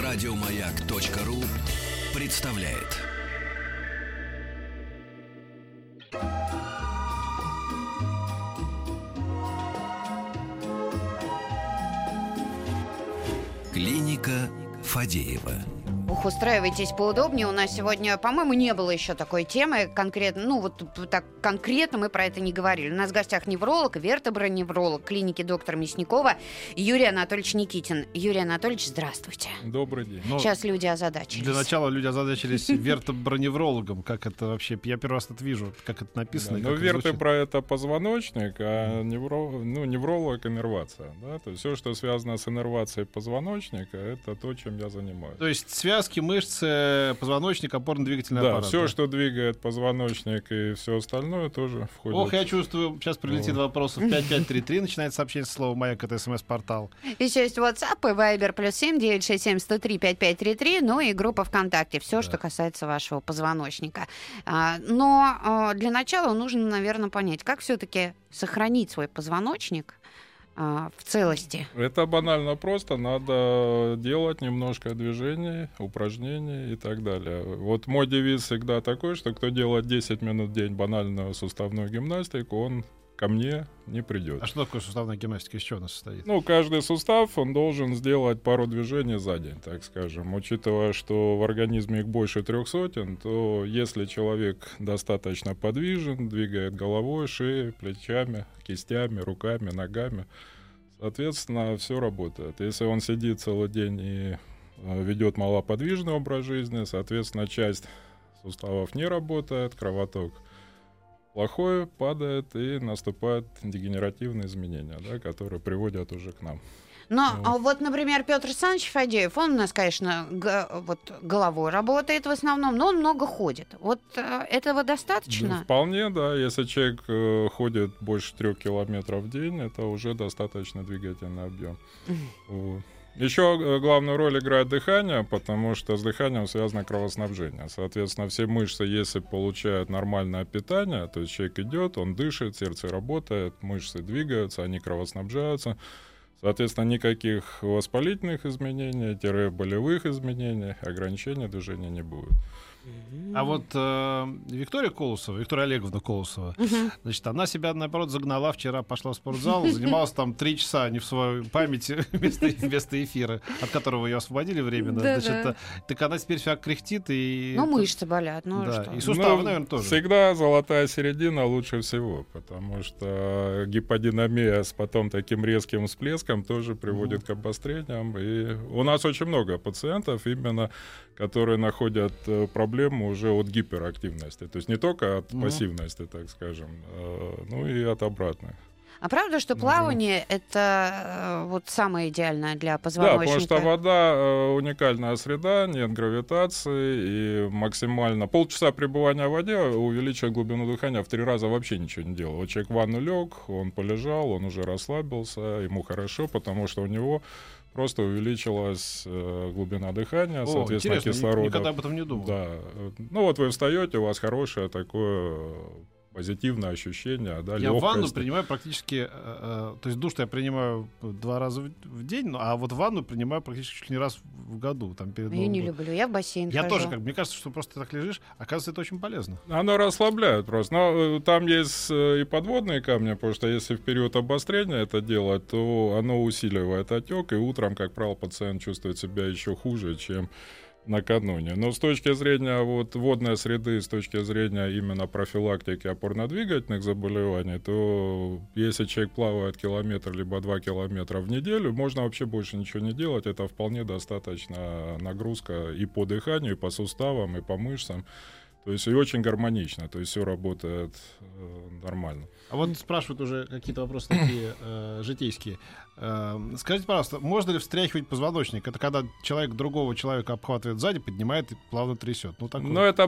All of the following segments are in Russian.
Радиомаяк.ру представляет. Клиника Фадеева. Устраивайтесь поудобнее. У нас сегодня, по-моему, не было еще такой темы конкретно. Ну, вот так конкретно мы про это не говорили. У нас в гостях невролог, вертеброневролог клиники доктора Мясникова Юрий Анатольевич Никитин. Юрий Анатольевич, здравствуйте. Добрый день. Сейчас люди озадачились. Для начала люди озадачились вертеброневрологом. Как это вообще? Я первый раз это вижу, как это написано. Да, вертебра — это позвоночник, а невролог — иннервация. Да? То есть все, что связано с иннервацией позвоночника, это то, чем я занимаюсь. То есть связки, мышцы, позвоночник, опорно-двигательный аппарат. Все, что двигает позвоночник и все остальное, тоже входит. Ох, я чувствую, сейчас прилетит вопросов. 5533, начинается сообщение с слова «Маяк», это СМС-портал. Еще есть WhatsApp и Viber +7 967 103 5533, ну и группа ВКонтакте. Все, что касается вашего позвоночника. Но для начала нужно, наверное, понять, как все-таки сохранить свой позвоночник в целости. Это банально просто. Надо делать немножко движений, упражнений и так далее. Вот мой девиз всегда такой, что кто делает 10 минут в день банальную суставную гимнастику, он ко мне не придет. А что такое суставная гимнастика? Из чего она состоит? Каждый сустав, он должен сделать пару движений за день, так скажем. Учитывая, что в организме их больше 300, то если человек достаточно подвижен, двигает головой, шеей, плечами, кистями, руками, ногами, соответственно, все работает. Если он сидит целый день и ведет малоподвижный образ жизни, соответственно, часть суставов не работает, кровоток плохой, падает, и наступают дегенеративные изменения, которые приводят уже к нам. Но вот, например, Петр Александрович Фадеев, он у нас, конечно, головой работает в основном, но он много ходит. Вот этого достаточно? Вполне, да. Если человек ходит больше 3 километров в день, это уже достаточно двигательный объем. Еще главную роль играет дыхание, потому что с дыханием связано кровоснабжение. Соответственно, все мышцы, если получают нормальное питание, то есть человек идет, он дышит, сердце работает, мышцы двигаются, они кровоснабжаются. Соответственно, никаких воспалительных изменений, болевых изменений, ограничений движения не будет. А вот Виктория Олеговна Колосова, значит, она себя, наоборот, загнала. Вчера пошла в спортзал, занималась там 3 часа, не в своей памяти, вместо эфира, от которого ее освободили временно. Значит, так она теперь вся кряхтит. Мышцы болят, что? И суставы, наверное, тоже. Всегда золотая середина лучше всего, потому что гиподинамия с потом таким резким всплеском тоже приводит к обострениям. И у нас очень много пациентов, именно, которые находят проблемы уже от гиперактивности. То есть не только от пассивности, так скажем, но и от обратных. А правда, что плавание это вот самое идеальное для позвоночника? Да, потому что вода уникальная среда, нет гравитации, и максимально полчаса пребывания в воде увеличивает глубину дыхания в 3 раза, вообще ничего не делал. Вот человек в ванну лег, он полежал, он уже расслабился, ему хорошо, потому что у него просто увеличилась глубина дыхания, соответственно, кислорода. Никогда об этом не думал. Да. Вот вы встаете, у вас хорошее такое позитивное ощущение. Да, я ванну принимаю практически, то есть душ я принимаю 2 раза в день, а вот ванну принимаю практически чуть не раз в году. Там, перед я не люблю, я в бассейн Я хожу. тоже, мне кажется, что просто ты так лежишь, оказывается, это очень полезно. Оно расслабляет просто. Но там есть и подводные камни, потому что если в период обострения это делать, то оно усиливает отек, и утром, как правило, пациент чувствует себя еще хуже, чем накануне. Но с точки зрения водной среды, с точки зрения именно профилактики опорно-двигательных заболеваний, то если человек плавает километр либо 2 километра в неделю, можно вообще больше ничего не делать. Это вполне достаточно нагрузка и по дыханию, и по суставам, и по мышцам. То есть и очень гармонично, то есть все работает нормально. А вот спрашивают уже какие-то вопросы такие житейские. Скажите, пожалуйста, можно ли встряхивать позвоночник? Это когда человек другого человека обхватывает сзади, поднимает и плавно трясет. Это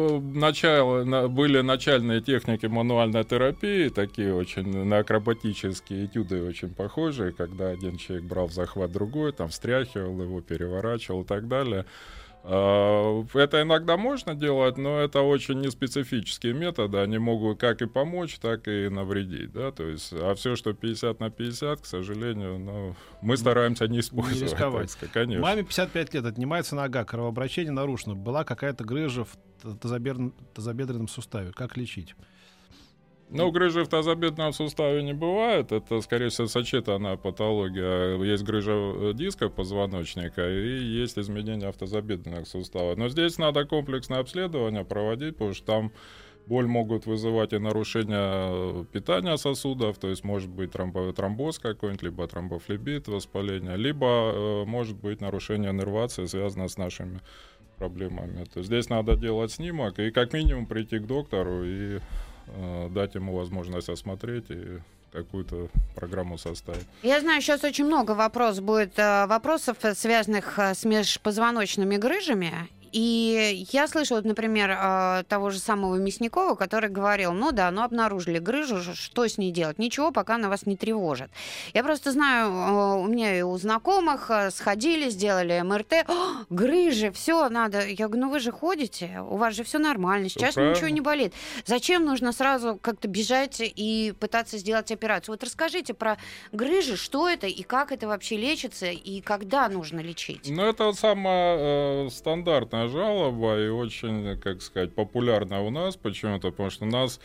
были начальные техники мануальной терапии, такие очень на акробатические этюды очень похожие, когда один человек брал в захват другой, там встряхивал его, переворачивал и так далее. Это иногда можно делать, но это очень неспецифические методы. Они могут как и помочь, так и навредить. Да? То есть, а все, что 50 на 50, к сожалению, мы стараемся не использовать. Не рисковать. Конечно. Маме 55 лет, отнимается нога, кровообращение нарушено. Была какая-то грыжа в тазобедренном суставе. Как лечить? Ну, грыжи в тазобедренном суставе не бывает. Это, скорее всего, сочетанная патология. Есть грыжа диска позвоночника и есть изменения в тазобедренных суставах. Но здесь надо комплексное обследование проводить, потому что там боль могут вызывать и нарушение питания сосудов, то есть может быть тромбоз какой-нибудь, либо тромбофлебит, воспаление, либо может быть нарушение иннервации, связанное с нашими проблемами. То есть здесь надо делать снимок и как минимум прийти к доктору и дать ему возможность осмотреть и какую-то программу составить. Я знаю, сейчас очень много вопросов, связанных с межпозвоночными грыжами. И я слышала, например, того же самого Мясникова, который говорил, обнаружили грыжу, что с ней делать? Ничего, пока она вас не тревожит. Я просто знаю, у меня и у знакомых сходили, сделали МРТ, грыжи, все надо. Я говорю, вы же ходите, у вас же все нормально, сейчас ничего не болит. Зачем нужно сразу как-то бежать и пытаться сделать операцию? Вот расскажите про грыжи, что это и как это вообще лечится, и когда нужно лечить? Это самая стандартная жалоба и очень, популярна у нас почему-то, потому что у нас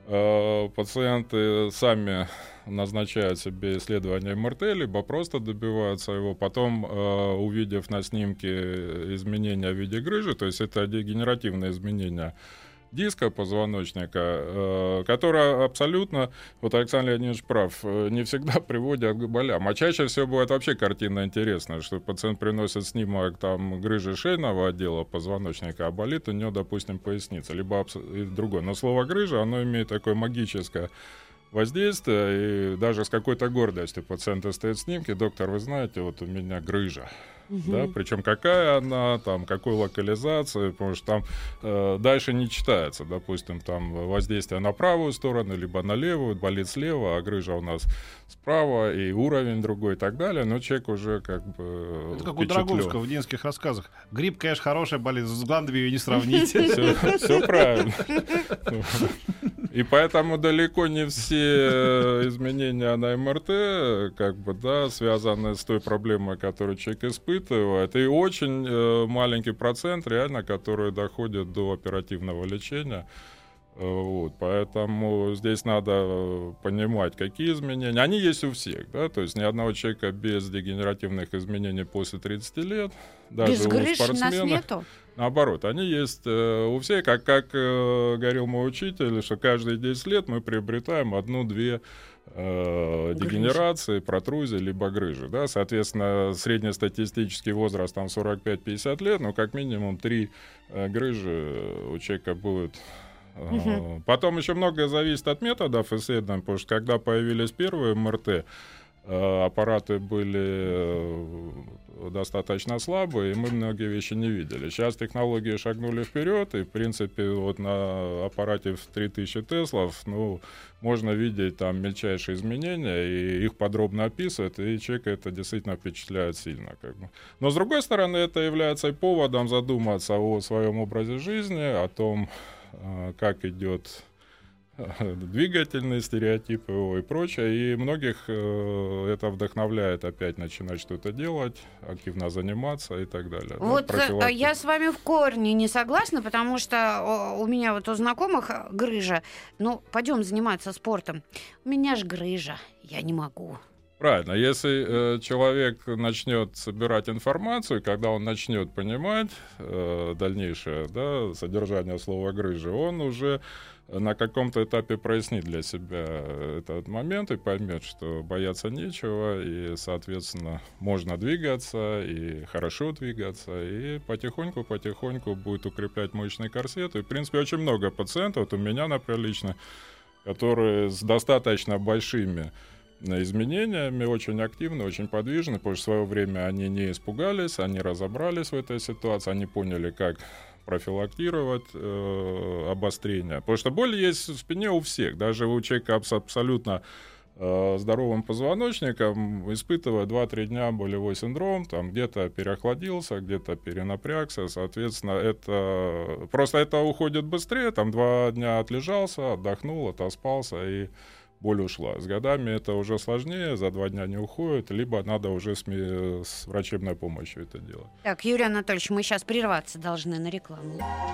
пациенты сами назначают себе исследование МРТ, либо просто добиваются его, потом, увидев на снимке изменения в виде грыжи, то есть это дегенеративные изменения диска позвоночника, которая абсолютно, вот Александр Леонидович прав, не всегда приводят к болям. А чаще всего бывает вообще картина интересная, что пациент приносит снимок грыжи шейного отдела позвоночника, а болит у него, допустим, поясница, либо другое. Но слово «грыжа», оно имеет такое магическое воздействие, и даже с какой-то гордостью пациента стоит в снимке: доктор, вы знаете, вот у меня грыжа. Да, причем какая она, какой локализации, потому что там дальше не читается, допустим, там воздействие на правую сторону, либо на левую, болит слева, а грыжа у нас справа, и уровень другой и так далее, но человек уже это как у Драгунского в детских рассказах. Гриб, конечно, хорошая болит, с гландами ее не сравнить. Все правильно. И поэтому далеко не все изменения на МРТ связаны с той проблемой, которую человек испытывает. И очень маленький процент реально, которые доходят до оперативного лечения. Поэтому здесь надо понимать, какие изменения. Они есть у всех, да? То есть ни одного человека без дегенеративных изменений после 30 лет. Даже без грыж у нас нету? Наоборот, они есть у всех, как говорил мой учитель, что каждые 10 лет мы приобретаем 1-2 дегенерации, протрузии, либо грыжи. Да? Соответственно, среднестатистический возраст 45-50 лет, но как минимум 3 грыжи у человека будет. Потом еще многое зависит от методов исследований, потому что когда появились первые МРТ, аппараты были достаточно слабые, и мы многие вещи не видели. Сейчас технологии шагнули вперед, и, в принципе, на аппарате в 3000 Теслов можно видеть мельчайшие изменения, и их подробно описывают, и человека это действительно впечатляет сильно. Но, с другой стороны, это является и поводом задуматься о своем образе жизни, о том, как идет двигательные стереотипы и прочее, и многих это вдохновляет опять начинать что-то делать, активно заниматься и так далее. Вот я с вами в корне не согласна, потому что у меня у знакомых грыжа. Пойдем заниматься спортом. У меня же грыжа, я не могу. Правильно. Если человек начнет собирать информацию, когда он начнет понимать дальнейшее содержание слова «грыжа», он уже на каком-то этапе прояснит для себя этот момент и поймет, что бояться нечего, и, соответственно, можно двигаться, и хорошо двигаться, и потихоньку будет укреплять мышечный корсет. И, в принципе, очень много пациентов, у меня, например, лично, которые с достаточно большими изменениями, очень активны, очень подвижны, потому что в свое время они не испугались, они разобрались в этой ситуации, они поняли, как профилактировать обострение. Потому что боль есть в спине у всех, даже у человека абсолютно здоровым позвоночником, испытывая 2-3 дня болевой синдром, там где-то переохладился, где-то перенапрягся, соответственно, это уходит быстрее, там 2 дня отлежался, отдохнул, отоспался, и боль ушла. С годами это уже сложнее, за 2 дня не уходит, либо надо уже с врачебной помощью это делать. Так, Юрий Анатольевич, мы сейчас прерваться должны на рекламу.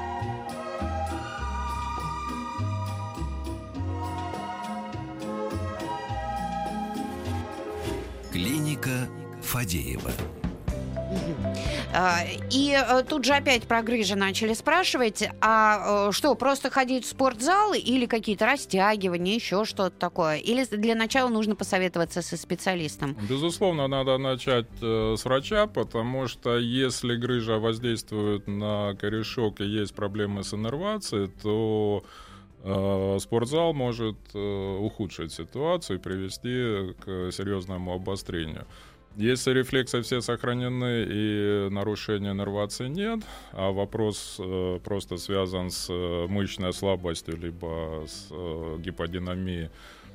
Клиника Фадеева. И тут же опять про грыжи начали спрашивать, а что, просто ходить в спортзал или какие-то растягивания, еще что-то такое? Или для начала нужно посоветоваться со специалистом? Безусловно, надо начать с врача, потому что если грыжа воздействует на корешок и есть проблемы с иннервацией, то спортзал может ухудшить ситуацию и привести к серьезному обострению. Если рефлексы все сохранены и нарушения иннервации нет, а вопрос просто связан с мышечной слабостью либо с гиподинамией,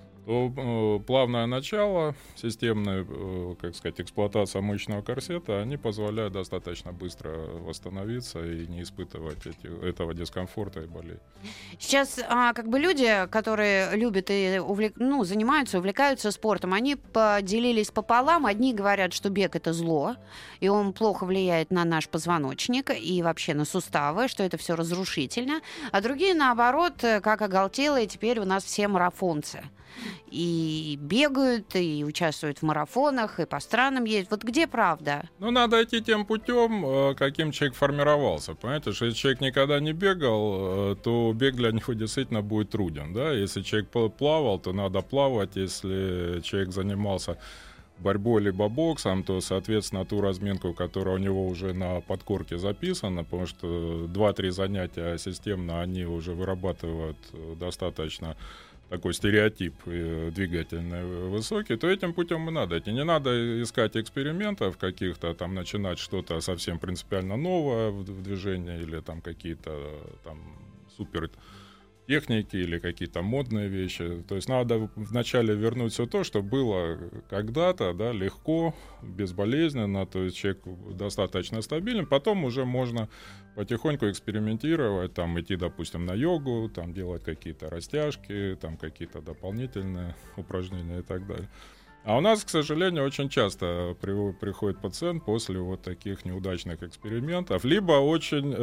то плавное начало, системная, эксплуатация мышечного корсета, они позволяют достаточно быстро восстановиться и не испытывать этого дискомфорта и болей. Сейчас люди, которые любят и занимаются, увлекаются спортом, они поделились пополам. Одни говорят, что бег — это зло, и он плохо влияет на наш позвоночник и вообще на суставы, что это все разрушительно. А другие, наоборот, как оголтелые, теперь у нас все марафонцы. И бегают, и участвуют в марафонах, и по странам ездят. Вот где правда? Надо идти тем путем, каким человек формировался. Понимаете, что если человек никогда не бегал, то бег для него действительно будет труден. Да? Если человек плавал, то надо плавать. Если человек занимался борьбой либо боксом, то, соответственно, ту разминку, которая у него уже на подкорке записана, потому что 2-3 занятия системно, они уже вырабатывают достаточно такой стереотип двигательный высокий, то этим путем и надо идти. Не надо искать экспериментов каких-то, там, начинать что-то совсем принципиально новое в движении или там какие-то там супер техники или какие-то модные вещи. То есть надо вначале вернуть все то, что было когда-то, да, легко, безболезненно, то есть человек достаточно стабилен. Потом уже можно потихоньку экспериментировать, там, идти, допустим, на йогу, там, делать какие-то растяжки, там, какие-то дополнительные упражнения и так далее. А у нас, к сожалению, очень часто приходит пациент после вот таких неудачных экспериментов, либо очень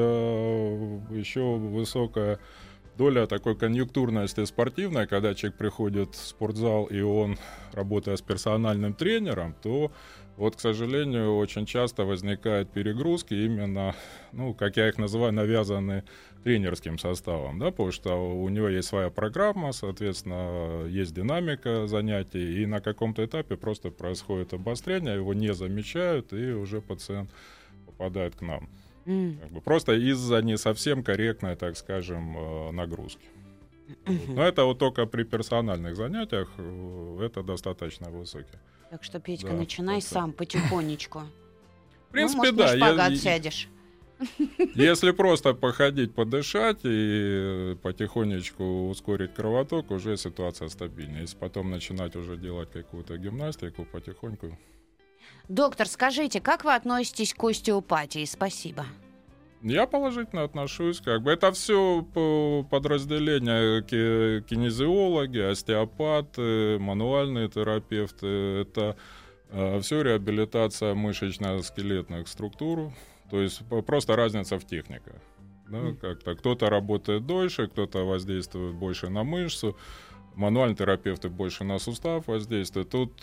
еще высокая доля такой конъюнктурности спортивной, когда человек приходит в спортзал, и он, работая с персональным тренером, то вот, к сожалению, очень часто возникают перегрузки именно, как я их называю, навязанные тренерским составом, да, потому что у него есть своя программа, соответственно, есть динамика занятий, и на каком-то этапе просто происходит обострение, его не замечают, и уже пациент попадает к нам. Просто из-за не совсем корректной, так скажем, нагрузки. Но это вот только при персональных занятиях, это достаточно высокий. Так что, Петька, начинай сам потихонечку. В принципе, может, да. на шпагат сядешь. Если просто походить, подышать и потихонечку ускорить кровоток, уже ситуация стабильная. Если потом начинать уже делать какую-то гимнастику, потихоньку. Доктор, скажите, как вы относитесь к остеопатии? Спасибо. Я положительно отношусь. Это все подразделения: кинезиологи, остеопаты, мануальные терапевты. Это все реабилитация мышечно-скелетных структур. То есть просто разница в техниках. Да, как-то кто-то работает дольше, кто-то воздействует больше на мышцу. Мануальные терапевты больше на сустав воздействуют. Тут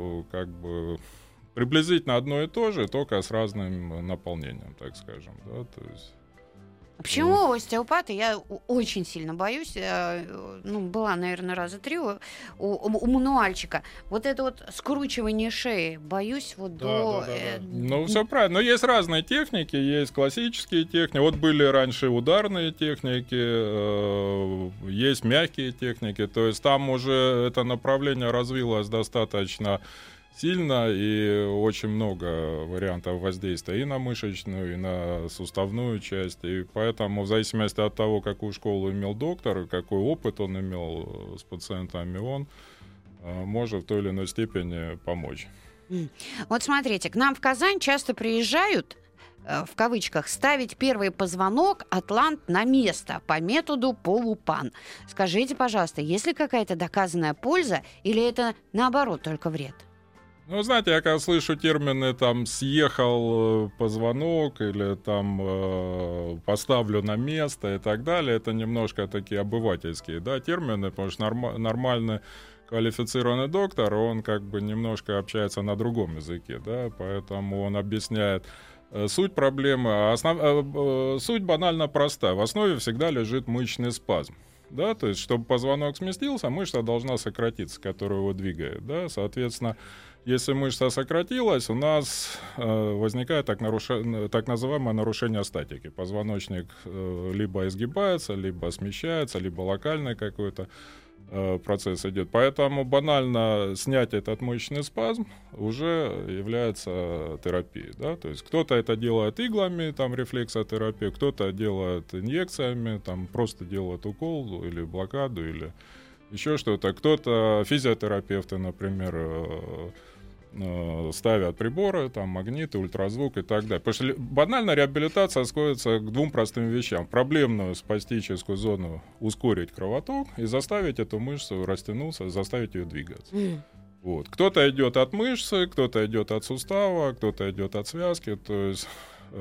приблизительно одно и то же, только с разным наполнением, так скажем. Да, то есть... Почему остеопаты? Я очень сильно боюсь. Была, наверное, раза 3 у мануальчика. Вот это вот скручивание шеи. Боюсь до... Все правильно. Но есть разные техники. Есть классические техники. Вот были раньше ударные техники. Есть мягкие техники. То есть там уже это направление развилось достаточно сильно, и очень много вариантов воздействия и на мышечную, и на суставную часть. И поэтому в зависимости от того, какую школу имел доктор, какой опыт он имел с пациентами, он может в той или иной степени помочь. Вот смотрите, к нам в Казань часто приезжают, в кавычках, ставить первый позвонок атлант на место по методу Полупан. Скажите, пожалуйста, есть ли какая-то доказанная польза или это наоборот только вред? Ну, знаете, я когда слышу термины там «съехал позвонок» или там «поставлю на место» и так далее, это немножко такие обывательские, да, термины, потому что нормальный квалифицированный доктор, он как бы немножко общается на другом языке, да, поэтому он объясняет суть проблемы. Суть банально проста. В основе всегда лежит мышечный спазм. Да, то есть, чтобы позвонок сместился, мышца должна сократиться, которая его двигает. Да? Соответственно, если мышца сократилась, у нас возникает так называемое нарушение статики. Позвоночник либо изгибается, либо смещается, либо локальный какой-то процесс идет. Поэтому банально снять этот мышечный спазм уже является терапией. Да? То есть кто-то это делает иглами, там рефлексотерапия, кто-то делает инъекциями, там просто делает укол или блокаду, или еще что-то. Кто-то, физиотерапевты, например, ставят приборы, там магниты, ультразвук и так далее. Потому что банально реабилитация сводится к двум простым вещам. Проблемную спастическую зону ускорить кровоток и заставить эту мышцу растянуться, заставить ее двигаться. Вот. Кто-то идет от мышцы, кто-то идет от сустава, кто-то идет от связки. То есть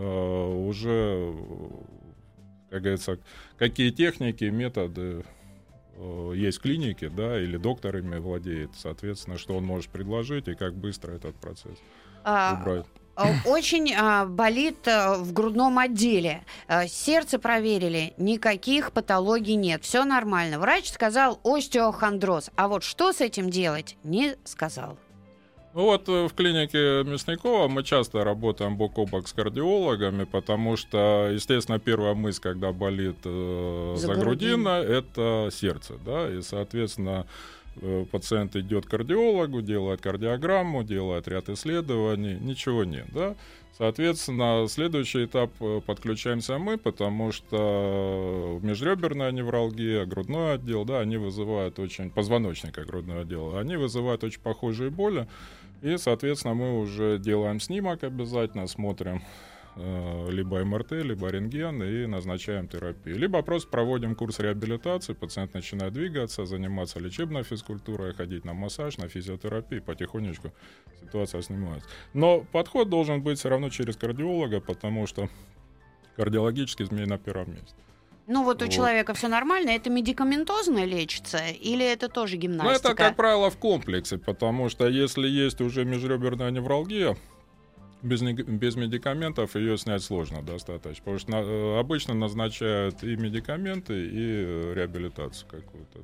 уже, как говорится, какие техники, методы есть в клинике, да, или доктор ими владеет, соответственно, что он может предложить и как быстро этот процесс убрать. Очень болит в грудном отделе. Сердце проверили, никаких патологий нет, все нормально. Врач сказал остеохондроз. А вот что с этим делать, не сказал. Ну вот в клинике Мясникова мы часто работаем бок о бок с кардиологами, потому что, естественно, первая мысль, когда болит загрудина, это сердце, да, и, соответственно, пациент идет к кардиологу, делает кардиограмму, делает ряд исследований, ничего нет, да. Соответственно, следующий этап подключаемся мы, потому что межреберная невралгия, грудной отдел, да, они вызывают очень, позвоночника грудного отдела, они вызывают очень похожие боли, и, соответственно, мы уже делаем снимок обязательно, смотрим либо МРТ, либо рентген и назначаем терапию. Либо просто проводим курс реабилитации, пациент начинает двигаться, заниматься лечебной физкультурой, ходить на массаж, на физиотерапию, потихонечку ситуация снимается. Но подход должен быть все равно через кардиолога, потому что кардиологический змей на первом месте. Ну вот у человека все нормально, это медикаментозно лечится или это тоже гимнастика? Ну это, как правило, в комплексе, потому что если есть уже межреберная невралгия, без медикаментов ее снять сложно достаточно, потому что обычно назначают и медикаменты, и реабилитацию какую-то.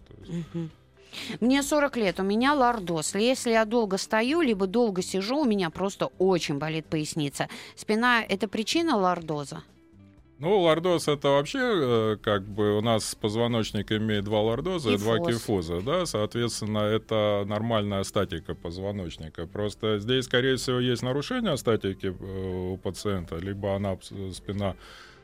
Мне 40 лет, у меня лордоз. Если я долго стою, либо долго сижу, у меня просто очень болит поясница. Спина — это причина лордоза? Ну, лордоз — это вообще, как бы, у нас позвоночник имеет два лордоза и два кифоза, да, соответственно, это нормальная статика позвоночника. Просто здесь, скорее всего, есть нарушение статики у пациента, либо она, спина,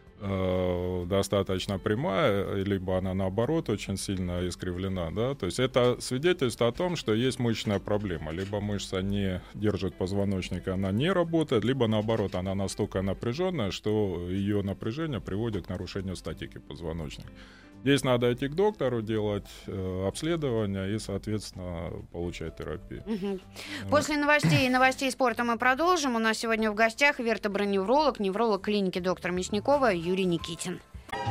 достаточно прямая, либо она, наоборот, очень сильно искривлена, да, то есть это свидетельство о том, что есть мышечная проблема, либо мышца не держит позвоночник, она не работает, либо, наоборот, она настолько напряженная, что ее напряжение приводит к нарушению статики позвоночника. Здесь надо идти к доктору, делать обследование и, соответственно, получать терапию. После новостей спорта мы продолжим. У нас сегодня в гостях вертеброневролог, невролог клиники доктора Мясникова Юрий Никитин.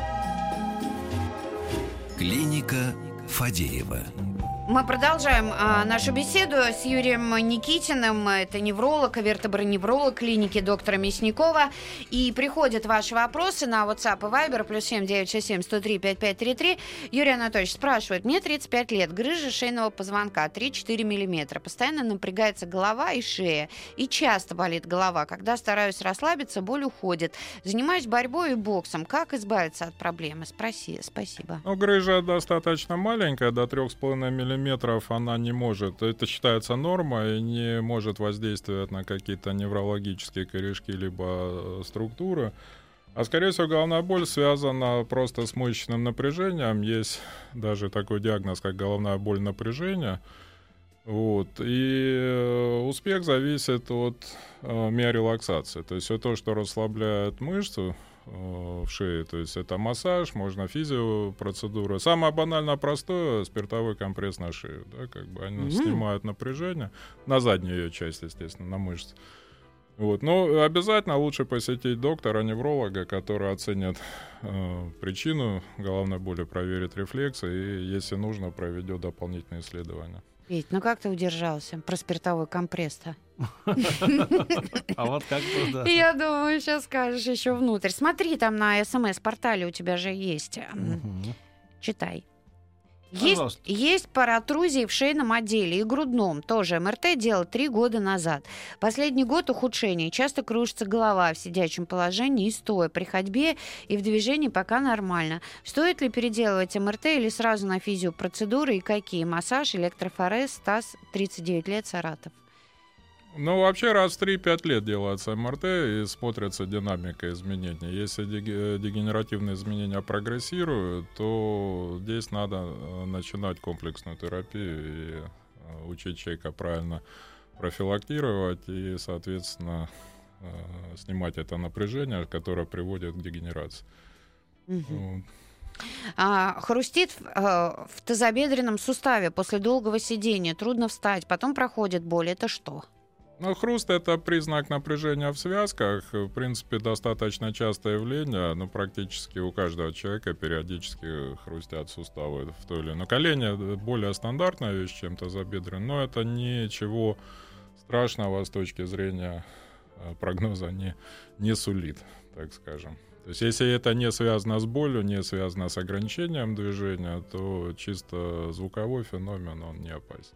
Клиника Фадеева. Мы продолжаем нашу беседу с Юрием Никитиным. Это невролог, вертеброневролог клиники доктора Мясникова. И приходят ваши вопросы на WhatsApp и Viber +7 967 103 5533. Юрий Анатольевич спрашивает. Мне 35 лет, грыжа шейного позвонка 3-4 мм. Постоянно напрягается голова и шея. И часто болит голова. Когда стараюсь расслабиться, боль уходит. Занимаюсь борьбой и боксом. Как избавиться от проблемы? Спасибо. Ну, грыжа достаточно маленькая, до 3,5 мм. Она не может, это считается нормой, не может воздействовать на какие-то неврологические корешки либо структуры. А скорее всего головная боль связана просто с мышечным напряжением. Есть даже такой диагноз, как головная боль напряжения. Вот. И успех зависит от миорелаксации. То есть все то, что расслабляет мышцу в шее, то есть это массаж, можно физиопроцедуры. Самое банально простое — спиртовой компресс на шею. Да, как бы они снимают напряжение на заднюю ее часть, естественно, на мышцы. Вот. Но обязательно лучше посетить доктора-невролога, который оценит причину головной боли, проверит рефлексы и, если нужно, проведет дополнительные исследования. Ведь, ну как ты удержался про спиртовой компресс-то? А вот как-то, да. Я думаю, сейчас скажешь еще внутрь. Смотри, там на СМС-портале у тебя же есть. Читай. Есть паратрузии в шейном отделе и грудном. Тоже МРТ делал 3 года назад. Последний год ухудшение. Часто кружится голова в сидячем положении и стоя. При ходьбе и в движении пока нормально. Стоит ли переделывать МРТ или сразу на физиопроцедуры и какие? Массаж, электрофорез, Стас, 39 лет, Саратов. Ну, вообще раз в 3-5 лет делается МРТ и смотрится динамика изменений. Если дегенеративные изменения прогрессируют, то здесь надо начинать комплексную терапию и учить человека правильно профилактировать и, соответственно, снимать это напряжение, которое приводит к дегенерации. Вот. Хрустит в тазобедренном суставе после долгого сидения, трудно встать, потом проходит боль. Это что? Ну, хруст — это признак напряжения в связках. В принципе, достаточно частое явление, но практически у каждого человека периодически хрустят суставы в той или иной. Колени — более стандартная вещь, чем тазобедренная, но это ничего страшного с точки зрения прогноза не сулит, так скажем. То есть если это не связано с болью, не связано с ограничением движения, то чисто звуковой феномен, он не опасен.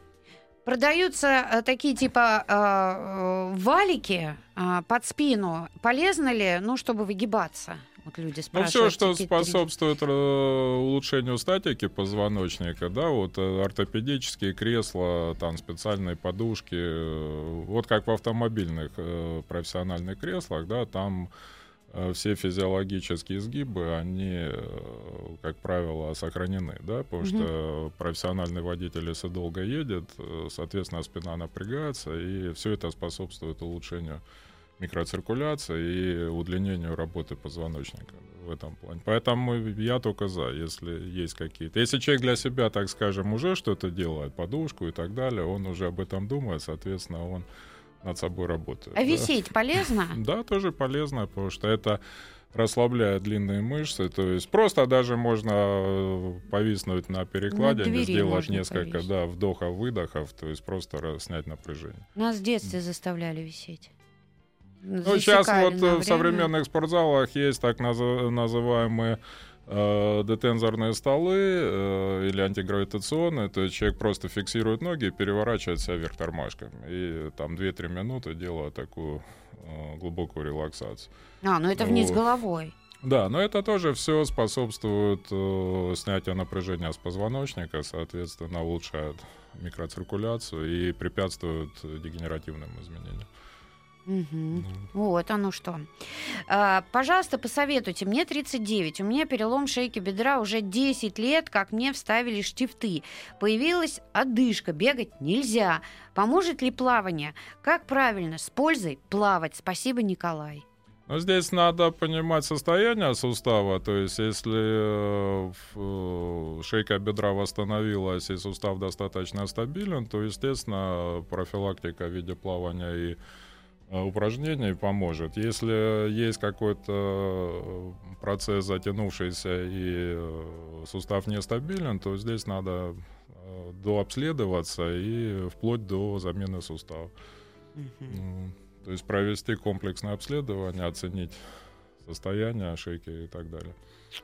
Продаются такие типа валики под спину. Полезно ли, чтобы выгибаться? Вот люди спрашивают. Ну, все, что способствует улучшению статики позвоночника, да, вот ортопедические кресла, там специальные подушки, вот как в автомобильных профессиональных креслах, да, там все физиологические изгибы, они, как правило, сохранены, да, потому что профессиональный водитель, если долго едет, соответственно, спина напрягается, и все это способствует улучшению микроциркуляции и удлинению работы позвоночника в этом плане. Поэтому я только за, если есть какие-то. Если человек для себя, так скажем, уже что-то делает, подушку и так далее, он уже об этом думает, соответственно, он над собой работает. А висеть полезно? Да, тоже полезно, потому что это расслабляет длинные мышцы. То есть просто даже можно повиснуть на перекладине, сделать несколько вдохов-выдохов, то есть просто снять напряжение. Нас в детстве заставляли висеть. Ну, сейчас вот в современных спортзалах есть так называемые детензорные столы или антигравитационные, то есть человек просто фиксирует ноги и переворачивает себя вверх тормашками. И там 2-3 минуты делает такую глубокую релаксацию. Ну это вниз головой. Да, но это тоже все способствует снятию напряжения с позвоночника, соответственно, улучшает микроциркуляцию и препятствует дегенеративным изменениям. Вот оно что. Пожалуйста, посоветуйте. Мне 39, у меня перелом шейки бедра уже 10 лет, как мне вставили штифты. Появилась одышка, бегать нельзя. Поможет ли плавание? Как правильно, с пользой плавать? Спасибо, Николай. Но здесь надо понимать состояние сустава, то есть если шейка бедра восстановилась и сустав достаточно стабилен, то, естественно, профилактика в виде плавания и упражнений поможет. Если есть какой-то процесс затянувшийся и сустав нестабилен, то здесь надо дообследоваться и вплоть до замены сустава. То есть провести комплексное обследование, оценить состояние шейки и так далее.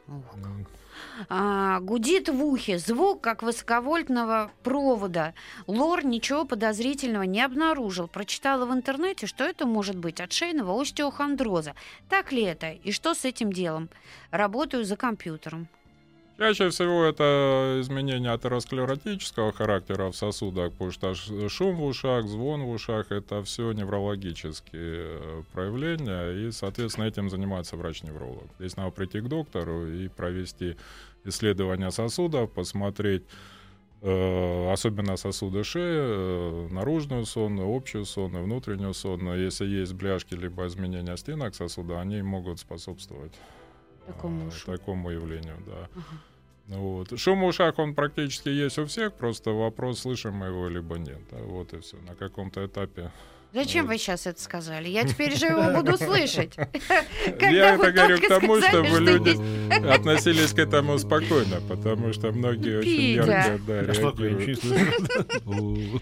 Гудит в ухе, звук как высоковольтного провода. Лор ничего подозрительного не обнаружил. Прочитала в интернете, что это может быть от шейного остеохондроза. Так ли это? И что с этим делом? Работаю за компьютером. Чаще всего это изменение атеросклеротического характера в сосудах, потому что шум в ушах, звон в ушах — это все неврологические проявления, и, соответственно, этим занимается врач-невролог. Здесь надо прийти к доктору и провести исследование сосудов, посмотреть особенно сосуды шеи, наружную сонную, общую сонную, внутреннюю сонную. Если есть бляшки либо изменения стенок сосуда, они могут способствовать такому явлению. Да. Вот. Шум в ушах, он практически есть у всех, просто вопрос, слышим мы его либо нет. Да, вот и все. На каком-то этапе. Зачем вы сейчас это сказали? Я теперь же его буду слышать. Я это говорю к тому, чтобы люди относились к этому спокойно, потому что многие очень ярко реагируют.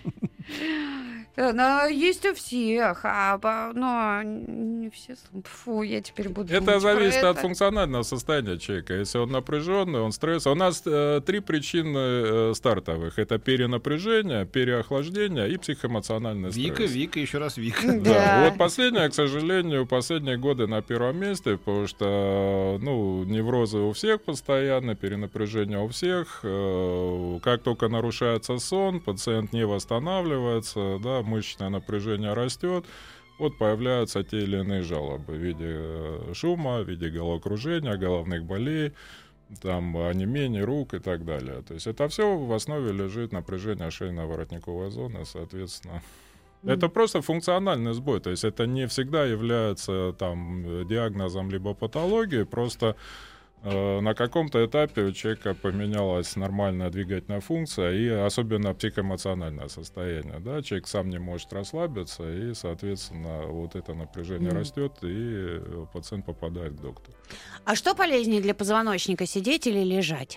Но есть у всех, но не все. Фу, я теперь буду. Это зависит от функционального состояния человека. Если он напряженный, он стрессовый. У нас 3 причины стартовых: это перенапряжение, переохлаждение и психоэмоциональный стресс. Вика, еще раз Вика. Да. Вот последнее, к сожалению, последние годы на первом месте, потому что неврозы у всех постоянно, перенапряжение у всех. Как только нарушается сон, пациент не восстанавливается, да, мышечное напряжение растет, вот появляются те или иные жалобы в виде шума, в виде головокружения, головных болей, там, онемения рук и так далее. То есть это все в основе лежит напряжение шейно-воротниковой зоны, соответственно. Это просто функциональный сбой, то есть это не всегда является там диагнозом либо патологией, просто на каком-то этапе у человека поменялась нормальная двигательная функция и особенно психоэмоциональное состояние. Да? Человек сам не может расслабиться, и, соответственно, вот это напряжение растет, и пациент попадает к доктору. А что полезнее для позвоночника, сидеть или лежать?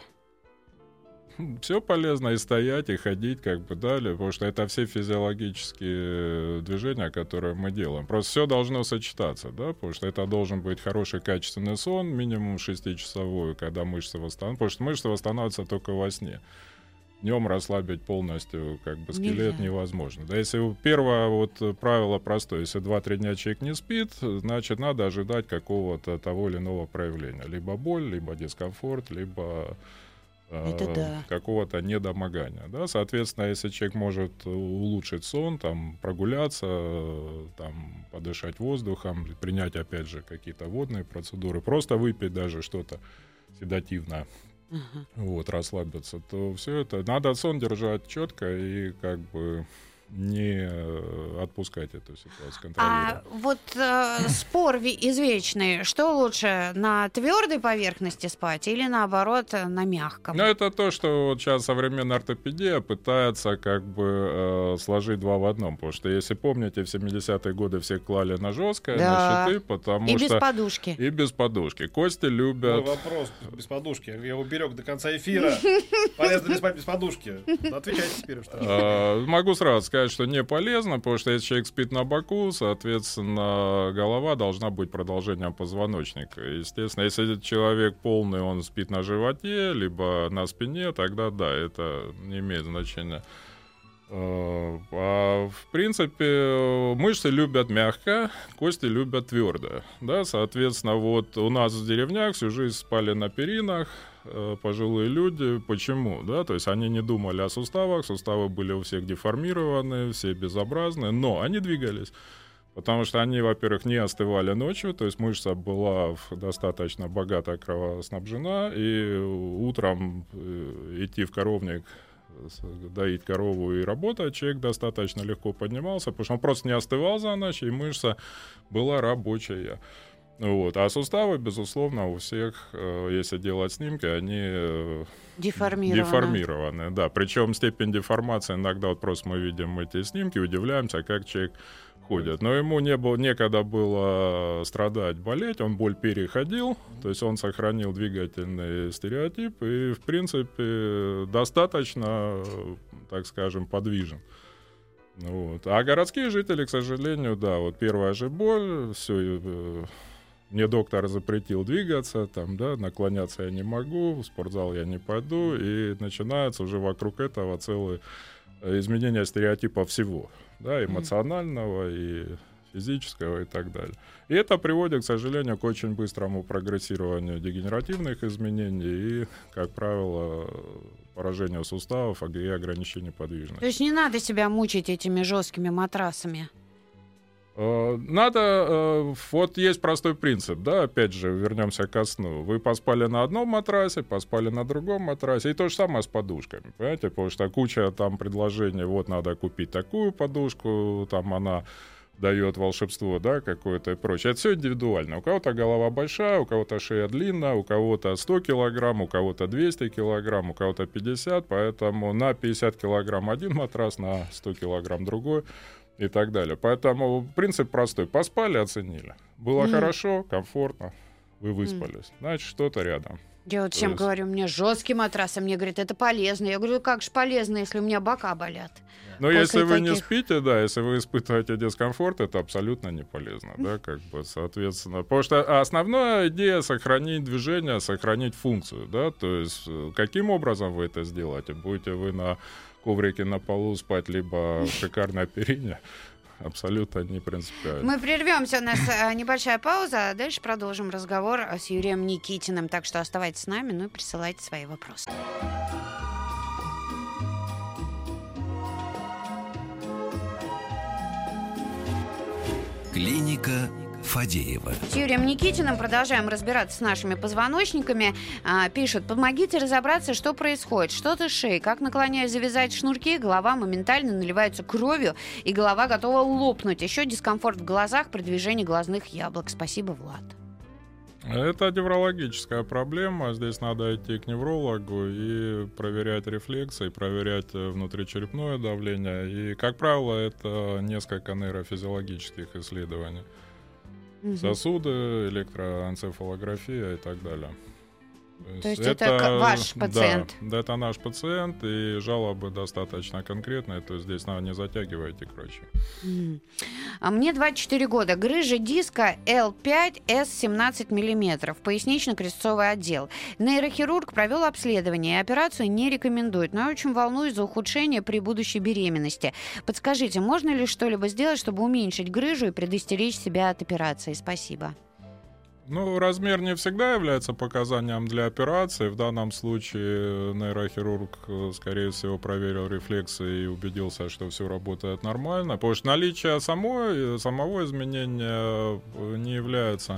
Все полезно и стоять, и ходить, потому что это все физиологические движения, которые мы делаем. Просто все должно сочетаться, да, потому что это должен быть хороший качественный сон, минимум 6-часовой, когда мышцы восстанавливаются, потому что мышцы восстанавливаются только во сне. Днем расслабить полностью скелет невозможно. Да, если первое правило простое: если 2-3 дня человек не спит, значит, надо ожидать какого-то того или иного проявления. Либо боль, либо дискомфорт, либо какого-то недомогания. Да? Соответственно, если человек может улучшить сон, там, прогуляться, там, подышать воздухом, принять, опять же, какие-то водные процедуры, просто выпить даже что-то седативное, расслабиться, то все это надо сон держать четко и не отпускать эту ситуацию, контролировать. Спор извечный: что лучше, на твердой поверхности спать или наоборот на мягком? Это то, что сейчас современная ортопедия пытается сложить 2 в одном, потому что, если помните, в 70-е годы все клали на жесткое, на щиты, потому и что... без подушки. И без подушки. Кости любят... Вопрос без подушки. Я его берег до конца эфира. Полезно ли спать без подушки? Отвечайте теперь. Могу сразу сказать, что не полезно, потому что если человек спит на боку, соответственно, голова должна быть продолжением позвоночника. Естественно, если человек полный, он спит на животе, либо на спине, тогда да, это не имеет значения. В принципе, мышцы любят мягко, кости любят твердо. Да? Соответственно, у нас в деревнях всю жизнь спали на перинах пожилые люди. Почему? Да? То есть они не думали о суставах, суставы были у всех деформированы, все безобразные, но они двигались. Потому что они, во-первых, не остывали ночью, то есть мышца была достаточно богато кровоснабжена, и утром идти в коровник, доить корову и работать, человек достаточно легко поднимался, потому что он просто не остывал за ночь, и мышца была рабочая. А суставы, безусловно, у всех, если делать снимки, они деформированы. Да. Причем степень деформации иногда просто мы видим эти снимки, удивляемся, как человек ходит. Но ему некогда было страдать, болеть, он боль переходил, то есть он сохранил двигательный стереотип и, в принципе, достаточно, так скажем, подвижен. А городские жители, к сожалению, первая же боль, все, мне доктор запретил двигаться, наклоняться я не могу, в спортзал я не пойду, и начинается уже вокруг этого целое изменение стереотипа всего, эмоционального и физического и так далее. И это приводит, к сожалению, к очень быстрому прогрессированию дегенеративных изменений и, как правило, поражению суставов и ограничению подвижности. То есть не надо себя мучить этими жесткими матрасами? Надо, вот есть простой принцип, да, опять же, вернемся ко сну. Вы поспали на одном матрасе, поспали на другом матрасе, и то же самое с подушками, понимаете, потому что куча там предложений, вот надо купить такую подушку, там она дает волшебство, да, какое-то и прочее. Это все индивидуально. У кого-то голова большая, у кого-то шея длинная, у кого-то 100 килограмм, у кого-то 200 килограмм, у кого-то 50, поэтому на 50 килограмм один матрас, на 100 килограмм другой. И так далее. Поэтому принцип простой. Поспали, оценили. Было хорошо, комфортно, вы выспались. Значит, что-то рядом. Я вот всем говорю, у меня жесткий матрас, а мне говорят, это полезно. Я говорю, как же полезно, если у меня бока болят. Но если вы не спите, да, если вы испытываете дискомфорт, это абсолютно не полезно, да, как бы, соответственно. Потому что основная идея — сохранить движение, сохранить функцию, да, то есть каким образом вы это сделаете? Будете вы на коврике на полу спать, либо в шикарной перине, абсолютно не принципиально. Мы прервемся, у нас небольшая пауза, а дальше продолжим разговор с Юрием Никитиным. Так что оставайтесь с нами, ну и присылайте свои вопросы. Клиника Фадеева. С Юрием Никитиным продолжаем разбираться с нашими позвоночниками. Пишут, помогите разобраться, что происходит. Что-то с шеей. Как наклоняюсь завязать шнурки, голова моментально наливается кровью, и голова готова лопнуть. Еще дискомфорт в глазах при движении глазных яблок. Спасибо, Влад. Это неврологическая проблема. Здесь надо идти к неврологу и проверять рефлексы, и проверять внутричерепное давление. И, как правило, это несколько нейрофизиологических исследований. Сосуды, электроэнцефалография и так далее. То есть это ваш пациент? Да, это наш пациент, и жалобы достаточно конкретные, то есть здесь надо не затягивайте к врачу. Мне 24 года, грыжа диска L5 S17 мм, пояснично-крестцовый отдел. Нейрохирург провел обследование, и операцию не рекомендует, но я очень волнуюсь за ухудшение при будущей беременности. Подскажите, можно ли что-либо сделать, чтобы уменьшить грыжу и предостеречь себя от операции? Спасибо. Ну, размер не всегда является показанием для операции. В данном случае нейрохирург, скорее всего, проверил рефлексы и убедился, что все работает нормально. Потому что наличие самого изменения не является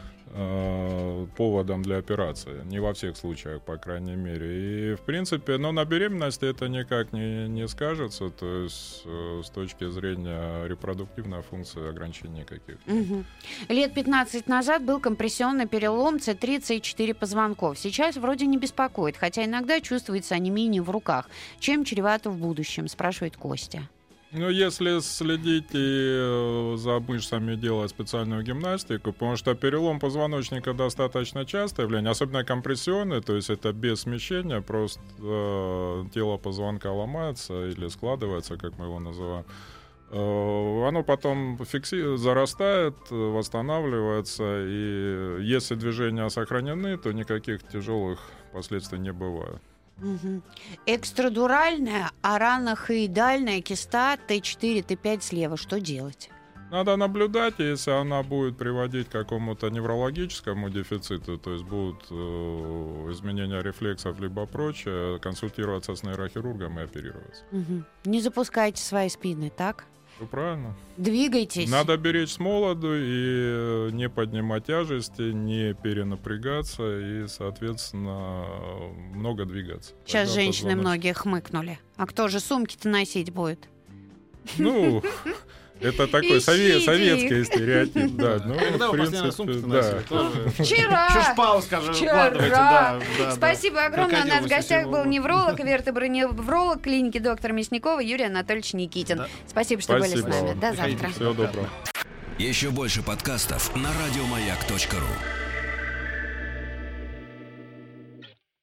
поводом для операции. Не во всех случаях, по крайней мере. И, в принципе, но на беременности это никак не скажется. То есть с точки зрения репродуктивной функции ограничений никаких. Лет 15 назад был компрессионный перелом C3, C4 позвонков. Сейчас вроде не беспокоит, хотя иногда чувствуется онемение в руках. Чем чревато в будущем, спрашивает Костя. Ну, если следить и за мышцами, делать специальную гимнастику, потому что перелом позвоночника достаточно частое явление, особенно компрессионный, то есть это без смещения, просто тело позвонка ломается или складывается, как мы его называем. Оно потом зарастает, восстанавливается, и если движения сохранены, то никаких тяжелых последствий не бывает. Экстрадуральная аранохоидальная киста Т4, Т5 слева. Что делать? Надо наблюдать, если она будет приводить к какому-то неврологическому дефициту, то есть будут изменения рефлексов либо прочее, консультироваться с нейрохирургом и оперироваться. Не запускайте свои спины, так? Все правильно. Двигайтесь. Надо беречь с молоду и не поднимать тяжести, не перенапрягаться и, соответственно, много двигаться. Сейчас тогда женщины многие хмыкнули. А кто же сумки-то носить будет? Ну, это такой советский стереотип. Да. Ну, когда вы последний раз сумки носили? Вчера! Чушпау, скажем, вкладываете. Да. Спасибо огромное. У нас в гостях был невролог, вертеброневролог клиники доктора Мясникова Юрий Анатольевич Никитин. Спасибо, что были с нами. До завтра. Всего доброго. Еще больше подкастов на радиомаяк.ру.